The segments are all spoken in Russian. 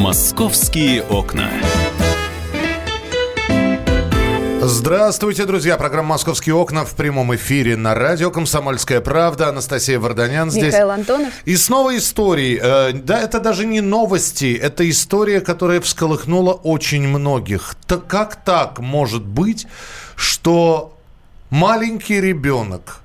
«Московские окна». Здравствуйте, друзья. Программа «Московские окна» в прямом эфире на радио «Комсомольская правда». Анастасия Варданян здесь. Михаил Антонов. И снова истории. Да, это даже не новости. Это история, которая всколыхнула очень многих. Как так может быть, что маленький ребенок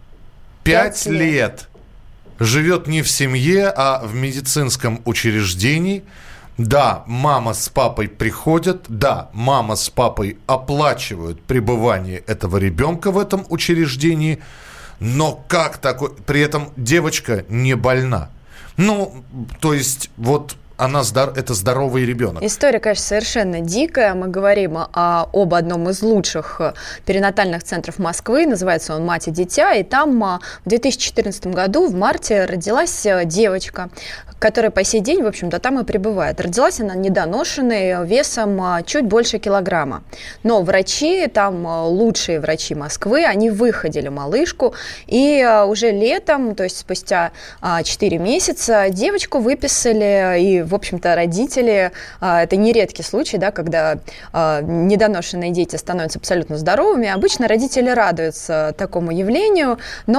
5 лет живет не в семье, а в медицинском учреждении? Да, мама с папой приходят, да, мама с папой оплачивают пребывание этого ребенка в этом учреждении, но как такое? При этом девочка не больна. Ну, то есть, вот это здоровый ребенок. История, конечно, совершенно дикая. Мы говорим об одном из лучших перинатальных центров Москвы. Называется он «Мать и дитя». И там в 2014 году, в марте, родилась девочка, которая по сей день, в общем-то, там и пребывает. Родилась она недоношенной, весом чуть больше килограмма. Но врачи, там лучшие врачи Москвы, они выходили малышку. И уже летом, то есть спустя 4 месяца, девочку выписали. И, в общем-то, родители, это не редкий случай, да, когда недоношенные дети становятся абсолютно здоровыми. Обычно родители радуются такому явлению.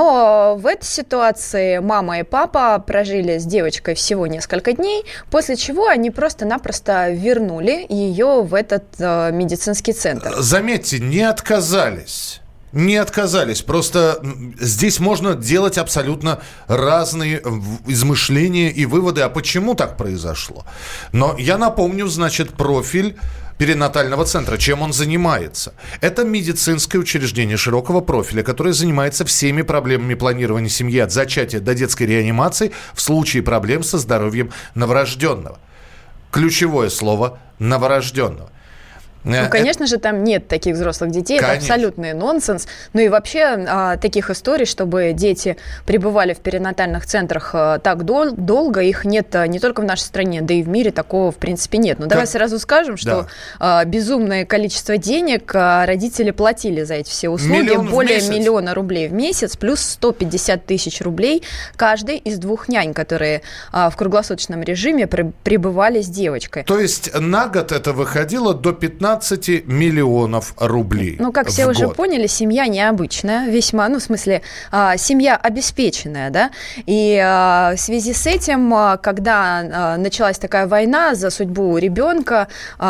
Но в этой ситуации мама и папа прожили с девочкой всего несколько дней, после чего они просто-напросто вернули ее в этот медицинский центр. Заметьте, не отказались. Не отказались. Просто здесь можно делать абсолютно разные измышления и выводы, а почему так произошло. Но я напомню, значит, профиль перинатального центра. Чем он занимается? Это медицинское учреждение широкого профиля, которое занимается всеми проблемами планирования семьи от зачатия до детской реанимации в случае проблем со здоровьем новорожденного. Ключевое слово «новорожденного». Ну, конечно же, там нет таких взрослых детей, конечно. Это абсолютный нонсенс. Ну и вообще таких историй, чтобы дети пребывали в перинатальных центрах так долго, их нет не только в нашей стране, да и в мире такого, в принципе, нет. Но давай сразу скажем, что безумное количество денег родители платили за эти все услуги. Более 1 миллиона рублей в месяц, плюс 150 тысяч рублей каждый из 2 нянь, которые в круглосуточном режиме пребывали с девочкой. То есть на год это выходило до 15 миллионов рублей. Ну, как все уже поняли, семья необычная, весьма, ну, в смысле, семья обеспеченная, да, и в связи с этим, когда началась такая война за судьбу ребенка,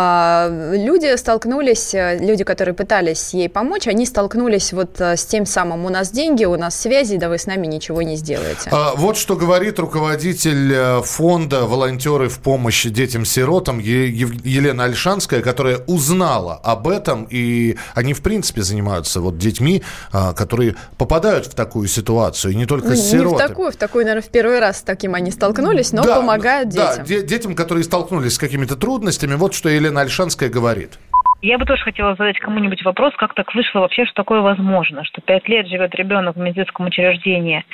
люди, которые пытались ей помочь, они столкнулись вот с тем самым: у нас деньги, у нас связи, да вы с нами ничего не сделаете. Вот что говорит руководитель фонда «Волонтеры в помощь детям-сиротам» Елена Альшанская, которая узнала об этом, и они, в принципе, занимаются вот детьми, которые попадают в такую ситуацию, и не только с сиротами. Не в такую, наверное, в первый раз с таким они столкнулись, но помогают детям. Да, детям, которые столкнулись с какими-то трудностями, вот что Елена Альшанская говорит. Я бы тоже хотела задать кому-нибудь вопрос, как так вышло вообще, что такое возможно, что 5 лет живет ребенок в медицинском учреждении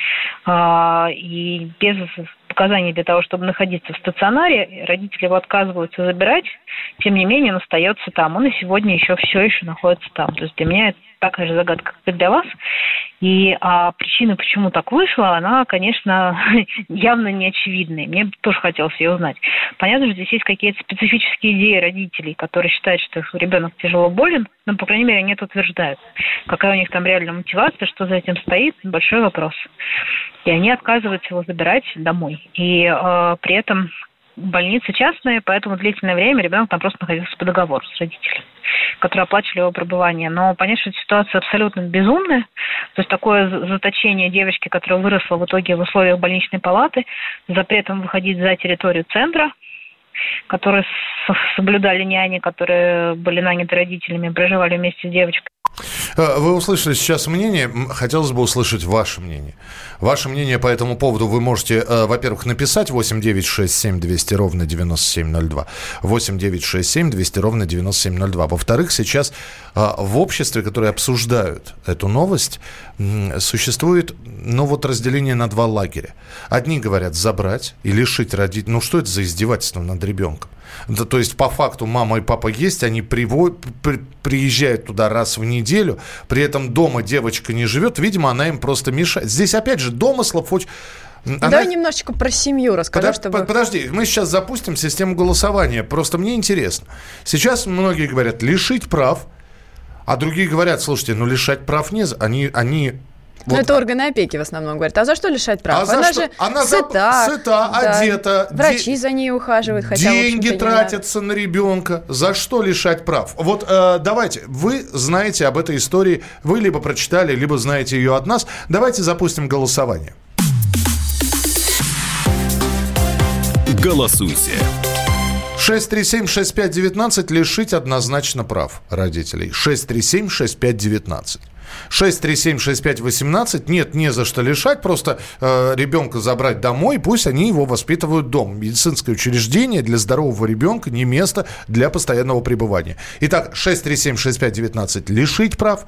и без показаний для того, чтобы находиться в стационаре, родители его отказываются забирать, тем не менее он остается там, он и сегодня все еще находится там. То есть для меня это такая же загадка, как и для вас. И причина, почему так вышло, она, конечно, явно не очевидная. Мне тоже хотелось ее узнать. Понятно, что здесь есть какие-то специфические идеи родителей, которые считают, что их ребенок тяжело болен, но, по крайней мере, они это утверждают. Какая у них там реальная мотивация, что за этим стоит, большой вопрос. И они отказываются его забирать домой. И при этом больница частная, поэтому длительное время ребенок там просто находился по договору с родителями, которые оплачивали его пребывание. Но понятно, что эта ситуация абсолютно безумная. То есть такое заточение девочки, которая выросла в итоге в условиях больничной палаты, с запретом выходить за территорию центра, которые соблюдали няни, которые были наняты родителями, проживали вместе с девочкой. Вы услышали сейчас мнение, хотелось бы услышать ваше мнение. Ваше мнение по этому поводу вы можете, во-первых, написать 8-967-200-97-02, 8-967-200-97-02. Во-вторых, сейчас в обществе, которое обсуждают эту новость, существует, разделение на 2 лагеря. Одни говорят забрать и лишить родителей. Ну, что это за издевательство над ребенком? Да, то есть, по факту, мама и папа есть, они приезжают туда раз в неделю, при этом дома девочка не живет, видимо, она им просто мешает. Здесь, опять же, домыслов Давай немножечко про семью расскажу, чтобы... Подожди, мы сейчас запустим систему голосования. Просто мне интересно. Сейчас многие говорят лишить прав, а другие говорят, слушайте, лишать прав не... Они это органы опеки в основном говорят. А за что лишать прав? Она же сыта, да, одета. Врачи за ней ухаживают. Хотя, деньги тратятся на ребенка. За что лишать прав? Вот давайте, вы знаете об этой истории, вы либо прочитали, либо знаете ее от нас. Давайте запустим голосование. Голосуйте. 637-6519 лишить однозначно прав родителей. 637-6519. 637-6518. Нет, не за что лишать. Просто ребенка забрать домой, пусть они его воспитывают дома. Медицинское учреждение для здорового ребенка не место для постоянного пребывания. Итак, 637-6519 лишить прав.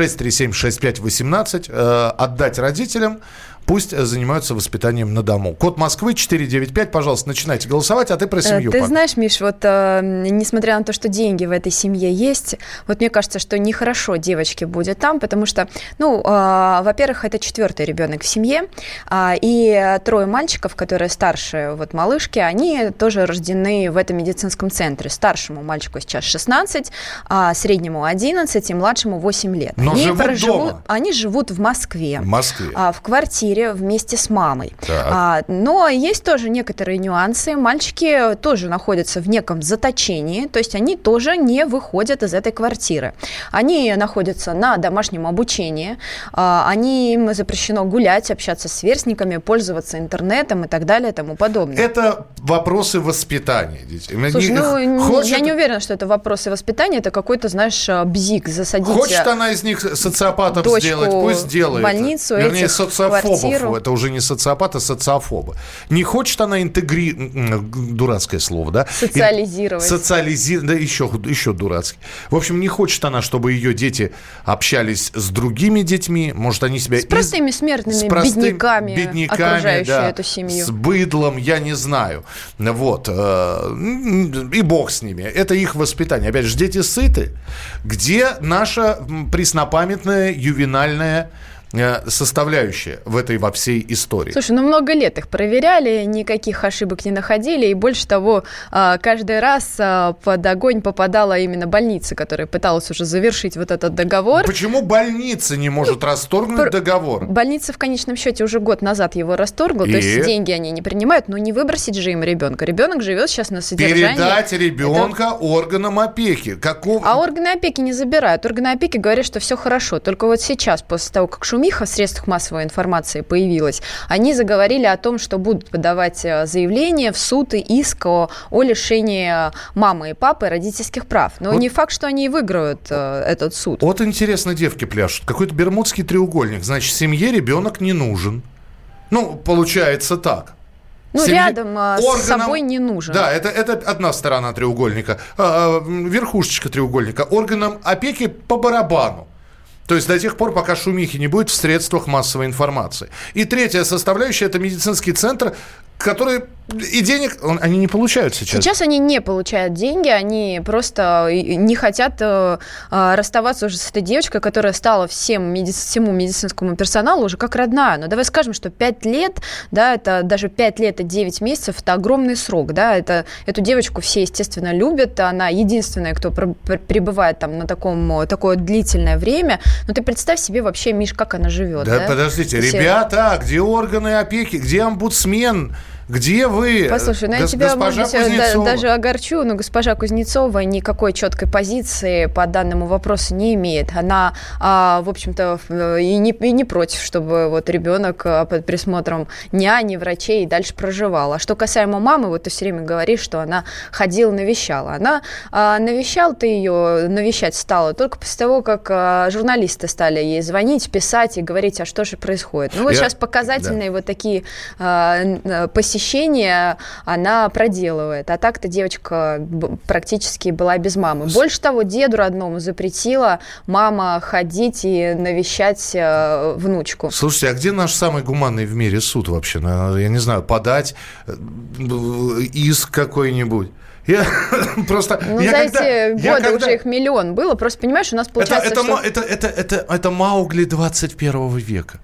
637-6518 отдать родителям. Пусть занимаются воспитанием на дому. Код Москвы 495. Пожалуйста, начинайте голосовать, а ты про семью. Ты знаешь, Миш, вот несмотря на то, что деньги в этой семье есть, вот мне кажется, что нехорошо девочке будет там, потому что, во-первых, это 4-й ребенок в семье, и 3 мальчиков, которые старше вот малышки, они тоже рождены в этом медицинском центре. Старшему мальчику сейчас 16, среднему 11 и младшему 8 лет. Но дома. Они живут в Москве. В квартире вместе с мамой. Но есть тоже некоторые нюансы. Мальчики тоже находятся в неком заточении, то есть они тоже не выходят из этой квартиры. Они находятся на домашнем обучении, им запрещено гулять, общаться с сверстниками, пользоваться интернетом и так далее и тому подобное. Это вопросы воспитания детей. Слушай, я не уверена, что это вопросы воспитания, это какой-то, знаешь, бзик, засадить Хочет она из них социопатов сделать, пусть делает. Больницу, вернее, социофобов. Это уже не социопаты, а социофобы. Не хочет она дурацкое слово, да? Социализировать. Да, еще дурацкий. В общем, не хочет она, чтобы ее дети общались с другими детьми. Может, они себя... С простыми смертными бедняками, окружающие эту семью. С быдлом, я не знаю. Вот. И бог с ними. Это их воспитание. Опять же, дети сыты. Где наша преснопамятная ювенальная составляющая во всей истории? Слушай, много лет их проверяли, никаких ошибок не находили, и больше того, каждый раз под огонь попадала именно больница, которая пыталась уже завершить вот этот договор. Почему больница не может расторгнуть договор? Больница в конечном счете уже год назад его расторгла, то есть деньги они не принимают, но не выбросить же им ребенка. Ребенок живет сейчас на содержании. Передать ребенка органам опеки. А органы опеки не забирают. Органы опеки говорят, что все хорошо. Только вот сейчас, после того, как шумиха в средствах массовой информации появилась, они заговорили о том, что будут подавать заявление в суд и иск о лишении мамы и папы родительских прав. Но не факт, что они и выиграют этот суд. Вот интересно, девки пляшут. Какой-то бермудский треугольник. Значит, семье ребенок не нужен. Получается так. Рядом с собой не нужен. Да, это одна сторона треугольника. Верхушечка треугольника. Органам опеки по барабану. То есть до тех пор, пока шумихи не будет в средствах массовой информации. И третья составляющая – это медицинский центр, который и денег они не получают сейчас. Сейчас они не получают деньги, они просто не хотят расставаться уже с этой девочкой, которая стала всему медицинскому персоналу уже как родная. Но давай скажем, что 5 лет, да, это даже 5 лет и 9 месяцев, это огромный срок, да, эту девочку все, естественно, любят, она единственная, кто пребывает там на такое длительное время. Но ты представь себе вообще, Миш, как она живет. Да, подождите, ребята, где органы опеки, где омбудсмен? Где вы, послушай, я тебя, может быть, даже огорчу, но госпожа Кузнецова никакой четкой позиции по данному вопросу не имеет. Она, в общем-то, и не против, чтобы вот ребенок под присмотром няни, врачей и дальше проживал. А что касаемо мамы, вот ты все время говоришь, что она ходила, навещала. Она навещала-то ее, навещать стала только после того, как журналисты стали ей звонить, писать и говорить, а что же происходит. Сейчас показательные вот такие посещения она проделывает. А так-то девочка практически была без мамы. Больше того, деду родному запретила мама ходить и навещать внучку. Слушайте, а где наш самый гуманный в мире суд вообще? Я не знаю, подать иск какой-нибудь? Я просто... за эти годы уже их миллион было. Просто, понимаешь, у нас получается, это Маугли 21 века.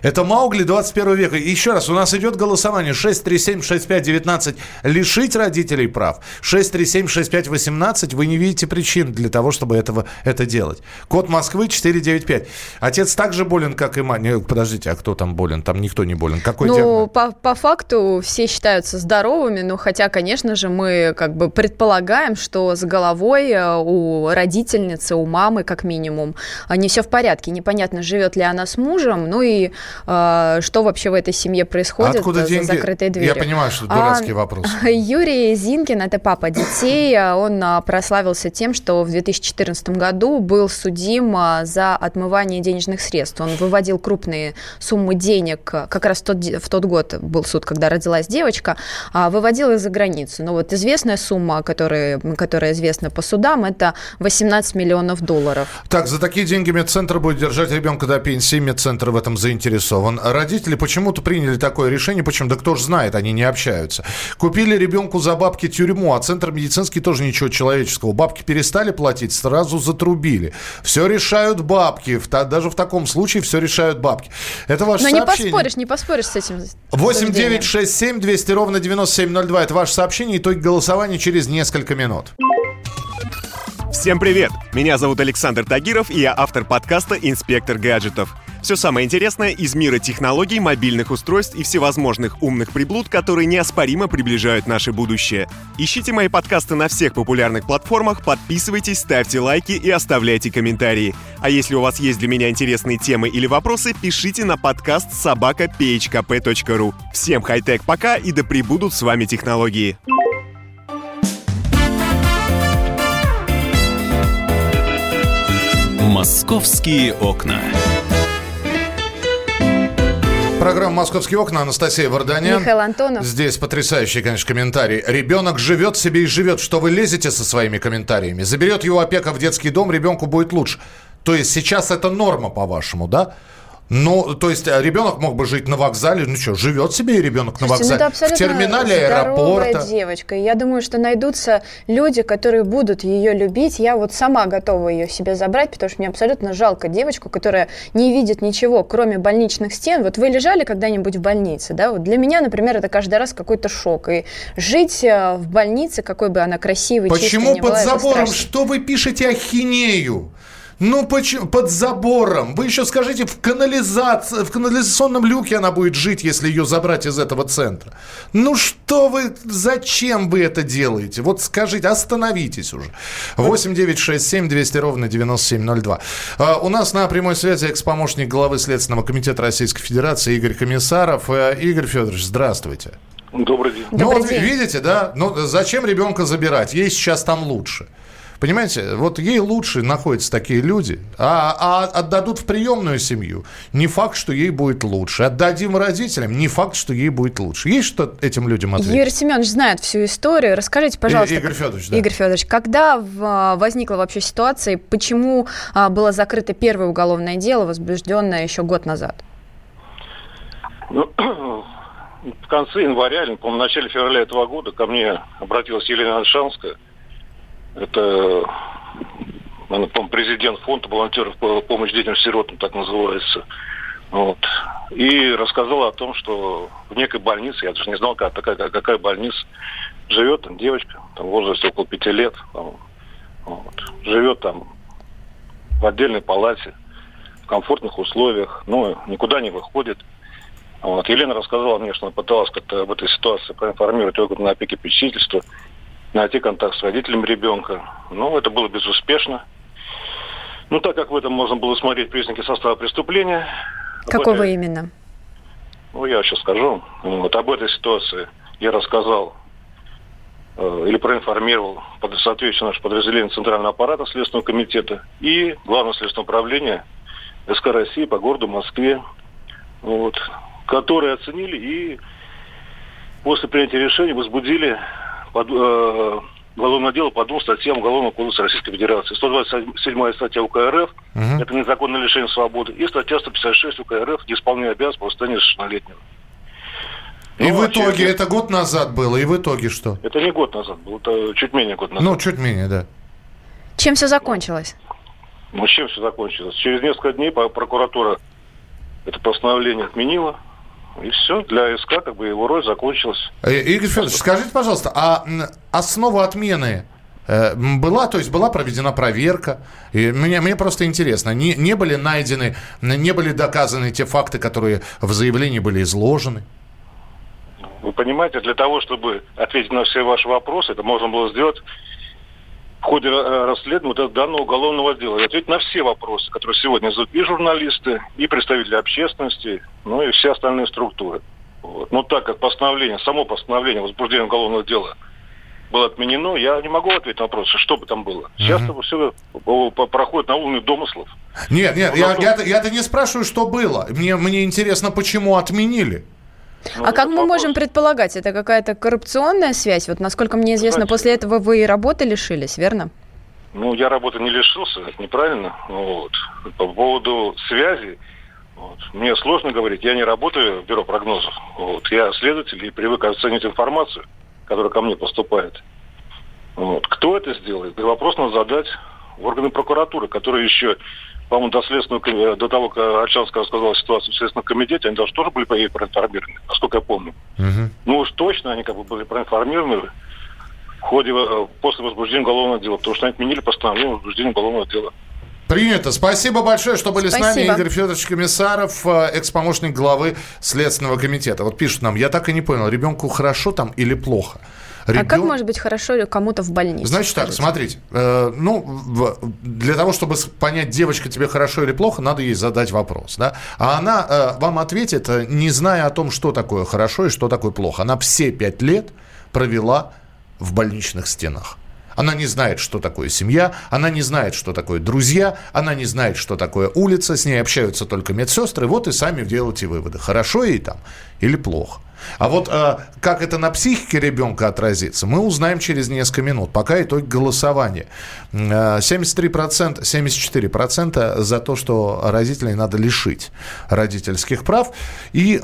Это Маугли 21 века. И еще раз, у нас идет голосование. 637-6519. Лишить родителей прав. 637-6518. Вы не видите причин для того, чтобы это делать. Код Москвы 495. Отец так же болен, как и мать. Подождите, а кто там болен? Там никто не болен. Какой диагноз? По факту все считаются здоровыми, но хотя, конечно же, мы как бы предполагаем, что с головой у родительницы, у мамы, как минимум, не все в порядке. Непонятно, живет ли она с мужем, ну и что вообще в этой семье происходит. Откуда деньги? За закрытой дверью. Я понимаю, что дурацкий вопрос. Юрий Зинкин, это папа детей, он прославился тем, что в 2014 году был судим за отмывание денежных средств. Он выводил крупные суммы денег, как раз в тот год был суд, когда родилась девочка, выводил их за границу. Но вот известная сумма, которая известна по судам, это 18 миллионов долларов. Так, за такие деньги медцентр будет держать ребенка до пенсии. Медцентр в этом заинтересован. Родители почему-то приняли такое решение. Почему? Да кто ж знает, они не общаются. Купили ребенку за бабки тюрьму, а центр медицинский тоже ничего человеческого. Бабки перестали платить, сразу затрубили. Все решают бабки. Даже в таком случае все решают бабки. Это ваше сообщение. Не поспоришь с этим. 8-9-6-7-200-97-02. Это ваше сообщение. Итоги голосования через несколько минут. Всем привет! Меня зовут Александр Тагиров, и я автор подкаста «Инспектор гаджетов». Все самое интересное из мира технологий, мобильных устройств и всевозможных умных приблуд, которые неоспоримо приближают наше будущее. Ищите мои подкасты на всех популярных платформах, подписывайтесь, ставьте лайки и оставляйте комментарии. А если у вас есть для меня интересные темы или вопросы, пишите на подкаст @phkp.ru. Всем хай-тек пока, и да пребудут с вами технологии. «Московские окна». Программа «Московские окна». Анастасия Варданян. Михаил Антонов. Здесь потрясающий, конечно, комментарий. Ребенок живет себе и живет. Что вы лезете со своими комментариями? Заберет его опека в детский дом, ребенку будет лучше. То есть сейчас это норма, по-вашему, да? Ну, то есть ребенок мог бы жить на вокзале. Ну что, живет себе и ребенок на вокзале. В терминале аэропорта. Девочка. Я думаю, что найдутся люди, которые будут ее любить. Я вот сама готова ее себе забрать, потому что мне абсолютно жалко девочку, которая не видит ничего, кроме больничных стен. Вот вы лежали когда-нибудь в больнице, да? Вот для меня, например, это каждый раз какой-то шок. И жить в больнице, какой бы она красивой, почему под была, забором? Что вы пишете ахинею? Ну, почему? Под забором. Вы еще скажите, в канализационном люке она будет жить, если ее забрать из этого центра. Ну, что вы, зачем вы это делаете? Вот скажите, остановитесь уже. 8-967-200-97-02. У нас на прямой связи экс-помощник главы Следственного комитета Российской Федерации Игорь Комиссаров. Игорь Федорович, здравствуйте. Добрый день. Добрый день. Видите, да? Ну, зачем ребенка забирать? Ей сейчас там лучше. Понимаете, вот ей лучше находятся такие люди, а отдадут в приемную семью. Не факт, что ей будет лучше. Отдадим родителям, не факт, что ей будет лучше. Есть что этим людям ответить? Юрий Семенович знает всю историю. Расскажите, пожалуйста. Игорь Федорович, да. Игорь Федорович, когда возникла вообще ситуация, почему было закрыто первое уголовное дело, возбужденное еще год назад? Ну, в конце января, или, по-моему, в начале февраля этого года ко мне обратилась Елена Альшанская. Это, она, по-моему, президент фонда волонтеров по помощи детям-сиротам, так называется. Вот. И рассказала о том, что в некой больнице, я даже не знал, какая больница, живет там девочка, там, в возрасте около 5 лет, там, вот, живет там в отдельной палате, в комфортных условиях, но никуда не выходит. Вот. Елена рассказала мне, что она пыталась как-то об этой ситуации проинформировать органы опеки и попечительства, найти контакт с родителями ребенка. Но это было безуспешно. Ну, так как в этом можно было смотреть признаки состава преступления. Какого именно? Ну, я сейчас скажу. Вот об этой ситуации я рассказал или проинформировал соответственно наше подразделение Центрального аппарата Следственного комитета и Главное следственное управление СК России по городу Москве, вот, которые оценили и после принятия решения возбудили уголовное дело по двум статьям Уголовного кодекса Российской Федерации. 127 статья УК РФ, это незаконное лишение свободы, и статья 156 УК РФ, неисполнение обязанностей по состоянию несовершеннолетнего. И в итоге, это год назад было, и в итоге что? Это не год назад было, это чуть менее года назад. Ну, чуть менее, да. Чем все закончилось? Ну, чем все закончилось? Через несколько дней прокуратура это постановление отменила. И все, для СК как бы его роль закончилась. Игорь Федорович, скажите, пожалуйста, а основа отмены была, то есть была проведена проверка? И мне просто интересно, не были найдены, не были доказаны те факты, которые в заявлении были изложены? Вы понимаете, для того, чтобы ответить на все ваши вопросы, это можно было сделать в ходе расследования данного уголовного дела. И ответить на все вопросы, которые сегодня задают и журналисты, и представители общественности, ну и все остальные структуры. Вот. Но так как само постановление возбуждения уголовного дела было отменено, я не могу ответить на вопросы, что бы там было. Сейчас это все проходит на уровне домыслов. Нет, я-то не спрашиваю, что было. Мне интересно, почему отменили. А как мы можем предполагать, это какая-то коррупционная связь? Вот, насколько мне известно, после этого вы и работы лишились, верно? Ну, я работы не лишился, это неправильно. Вот. По поводу связи, мне сложно говорить, я не работаю в бюро прогнозов. Вот. Я следователь и привык оценить информацию, которая ко мне поступает. Вот. Кто это сделает? Вопрос надо задать в органы прокуратуры, которые еще, по-моему, до того, как Ольшанская рассказала ситуацию в Следственном комитете, они даже тоже были проинформированы, насколько я помню. Ну уж точно они как бы были проинформированы после возбуждения уголовного дела, потому что они отменили постановление о возбуждении уголовного дела. Принято. Спасибо большое, что были с нами. Игорь Федорович Комиссаров, экс-помощник главы Следственного комитета. Вот пишут нам, я так и не понял, ребенку хорошо там или плохо? А как может быть хорошо кому-то в больнице? Значит так, смотрите, для того, чтобы понять, девочка тебе хорошо или плохо, надо ей задать вопрос, да? А она вам ответит, не зная о том, что такое хорошо и что такое плохо. Она все 5 лет провела в больничных стенах. Она не знает, что такое семья, она не знает, что такое друзья, она не знает, что такое улица, с ней общаются только медсестры, вот и сами делайте выводы, хорошо ей там или плохо. А вот как это на психике ребенка отразится, мы узнаем через несколько минут. Пока итог голосования. 74% за то, что родителей надо лишить родительских прав. И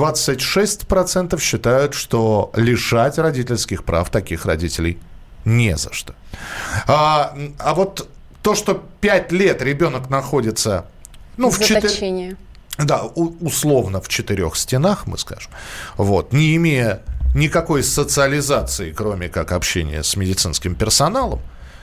26% считают, что лишать родительских прав таких родителей не за что. А вот то, что 5 лет ребенок находится в заточении. Да, условно в 4 стенах, мы скажем, не имея никакой социализации, кроме как общения с медицинским персоналом,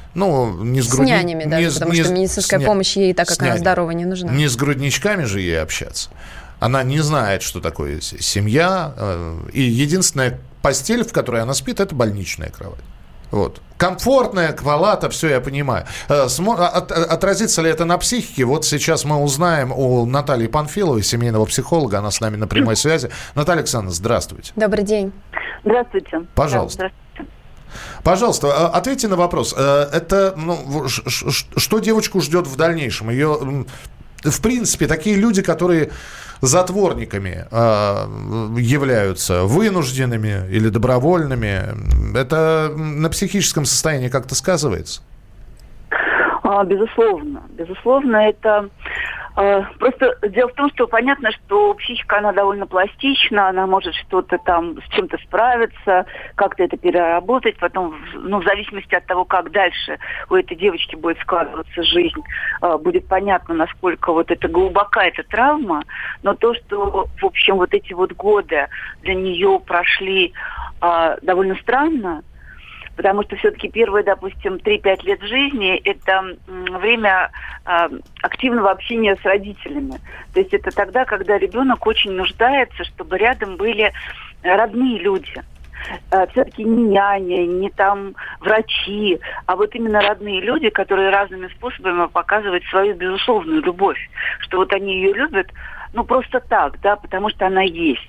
с нянями даже, потому что медицинская помощь ей, так как она здорова, не нужна. Не с грудничками же ей общаться. Она не знает, что такое семья, и единственная постель, в которой она спит, это больничная кровать. Вот. Комфортная палата, все я понимаю. Отразится ли это на психике? Вот сейчас мы узнаем у Натальи Панфиловой, семейного психолога. Она с нами на прямой связи. Наталья Александровна, здравствуйте. Добрый день. Здравствуйте. Пожалуйста. Да, здравствуйте. Пожалуйста, ответьте на вопрос. Это, что девочку ждет в дальнейшем? Ее, в принципе, такие люди, которые затворниками являются, вынужденными или добровольными, это на психическом состоянии как-то сказывается? Безусловно. Безусловно, это... Просто дело в том, что понятно, что психика, она довольно пластична, она может что-то там, с чем-то справиться, как-то это переработать, потом, в зависимости от того, как дальше у этой девочки будет складываться жизнь, будет понятно, насколько вот это глубока эта травма, но то, что, в общем, вот эти вот годы для нее прошли довольно странно, потому что все-таки первые, допустим, 3-5 лет жизни – это время активного общения с родителями. То есть это тогда, когда ребенок очень нуждается, чтобы рядом были родные люди. Все-таки не няня, не там врачи, а вот именно родные люди, которые разными способами показывают свою безусловную любовь. Что вот они ее любят, просто так, да, потому что она есть.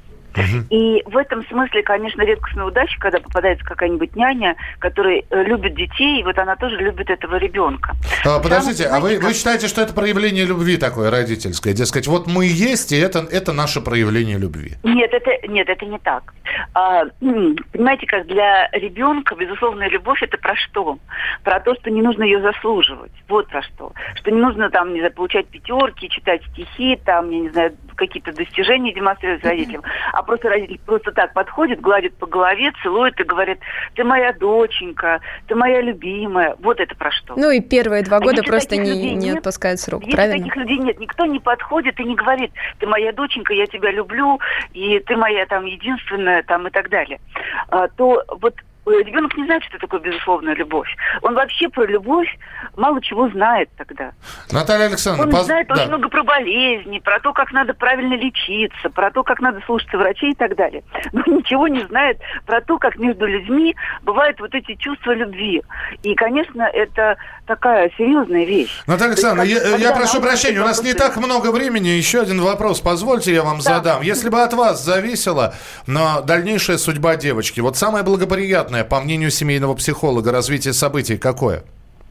И в этом смысле, конечно, редкостная удача, когда попадается какая-нибудь няня, которая любит детей, и вот она тоже любит этого ребенка. Подождите, вы считаете, что это проявление любви такое родительское? Дескать, вот мы есть, и это наше проявление любви? Нет, это не так. Понимаете, как для ребенка безусловная любовь — это про что? Про то, что не нужно ее заслуживать. Вот про что. Что не нужно там, не знаю, получать пятерки, читать стихи, там, я не знаю, какие-то достижения демонстрировать родителям. А просто родитель просто так подходит, гладит по голове, целует и говорит: ты моя доченька, ты моя любимая. Вот это про что. Ну и первые 2 года просто не отпускают с рук, правильно? Если таких людей нет, никто не подходит и не говорит: ты моя доченька, я тебя люблю, и ты моя там единственная, там, и так далее. То вот ребенок не знает, что такое безусловная любовь. Он вообще про любовь мало чего знает тогда. Наталья Александровна, он знает очень много про болезни, про то, как надо правильно лечиться, про то, как надо слушаться врачей и так далее. Но ничего не знает про то, как между людьми бывают вот эти чувства любви. И, конечно, это такая серьезная вещь. Наталья Александровна, я прошу прощения, у нас не так много времени. Еще один вопрос, позвольте, я вам задам. Если бы от вас зависела дальнейшая судьба девочки, вот самое благоприятное, по мнению семейного психолога, развитие событий какое?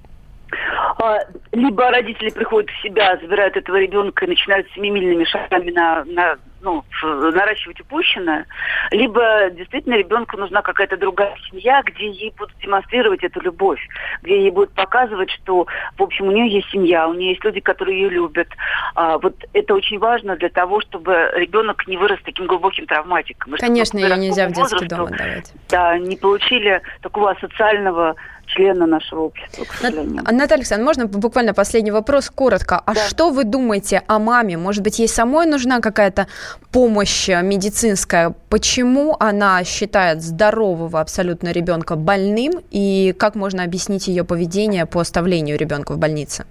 Либо родители приходят в себя, забирают этого ребенка и начинают семимильными шагами наращивать упущенное, либо действительно ребенку нужна какая-то другая семья, где ей будут демонстрировать эту любовь, где ей будут показывать, что, в общем, у нее есть семья, у нее есть люди, которые ее любят. Вот это очень важно для того, чтобы ребенок не вырос таким глубоким травматиком. Конечно, ее нельзя в детский дом отдавать. Да, не получили такого асоциального члена нашего общества, к сожалению. Наталья Александровна, можно буквально последний вопрос, коротко. А что вы думаете о маме? Может быть, ей самой нужна какая-то помощь медицинская? Почему она считает здорового абсолютно ребенка больным? И как можно объяснить ее поведение по оставлению ребенка в больнице?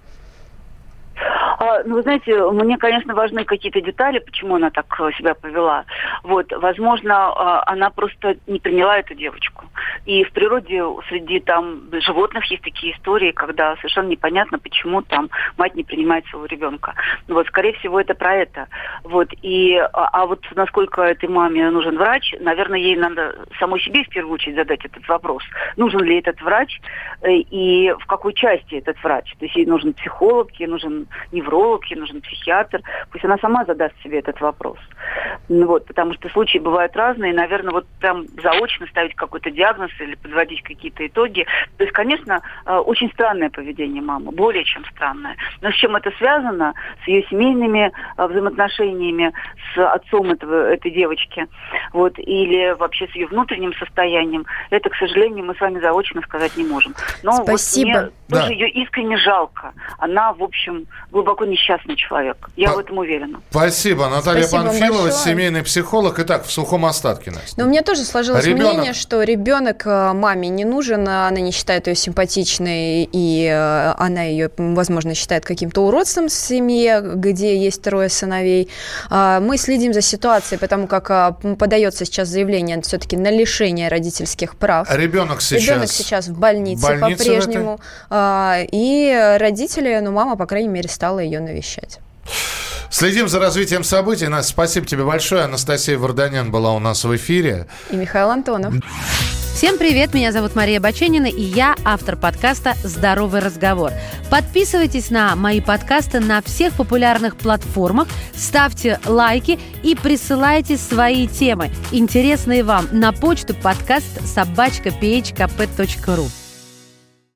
Ну, вы знаете, мне, конечно, важны какие-то детали, почему она так себя повела. Вот, возможно, она просто не приняла эту девочку. И в природе среди там животных есть такие истории, когда совершенно непонятно, почему там мать не принимает своего ребенка. Вот, скорее всего, это про это. Вот, а вот насколько этой маме нужен врач, наверное, ей надо самой себе в первую очередь задать этот вопрос. Нужен ли этот врач и в какой части этот врач? То есть ей нужен психолог, ей нужен невролог, ей нужен психиатр. Пусть она сама задаст себе этот вопрос. Вот, потому что случаи бывают разные. И, наверное, вот прям заочно ставить какой-то диагноз или подводить какие-то итоги. То есть, конечно, очень странное поведение мамы, более чем странное. Но с чем это связано? С ее семейными взаимоотношениями, с отцом этой девочки, вот, или вообще с ее внутренним состоянием. Это, к сожалению, мы с вами заочно сказать не можем. Но спасибо. Вот мне тоже ее искренне жалко. Она, в общем, глубоко несчастный человек. Я в этом уверена. Спасибо. Наталья Панфилова, семейный психолог. Итак, в сухом остатке, Настя. Но у меня тоже сложилось мнение, что ребенок маме не нужен, она не считает ее симпатичной, и она ее, возможно, считает каким-то уродством в семье, где есть 3 сыновей. Мы следим за ситуацией, потому как подается сейчас заявление все-таки на лишение родительских прав. Ребенок сейчас в больнице по-прежнему. И родители, мама, по крайней мере, стала ее навещать. Следим за развитием событий. Настя, спасибо тебе большое. Анастасия Варданян была у нас в эфире. И Михаил Антонов. Всем привет, меня зовут Мария Баченина, и я автор подкаста «Здоровый разговор». Подписывайтесь на мои подкасты на всех популярных платформах, ставьте лайки и присылайте свои темы, интересные вам, на почту подкаст@phkp.ru.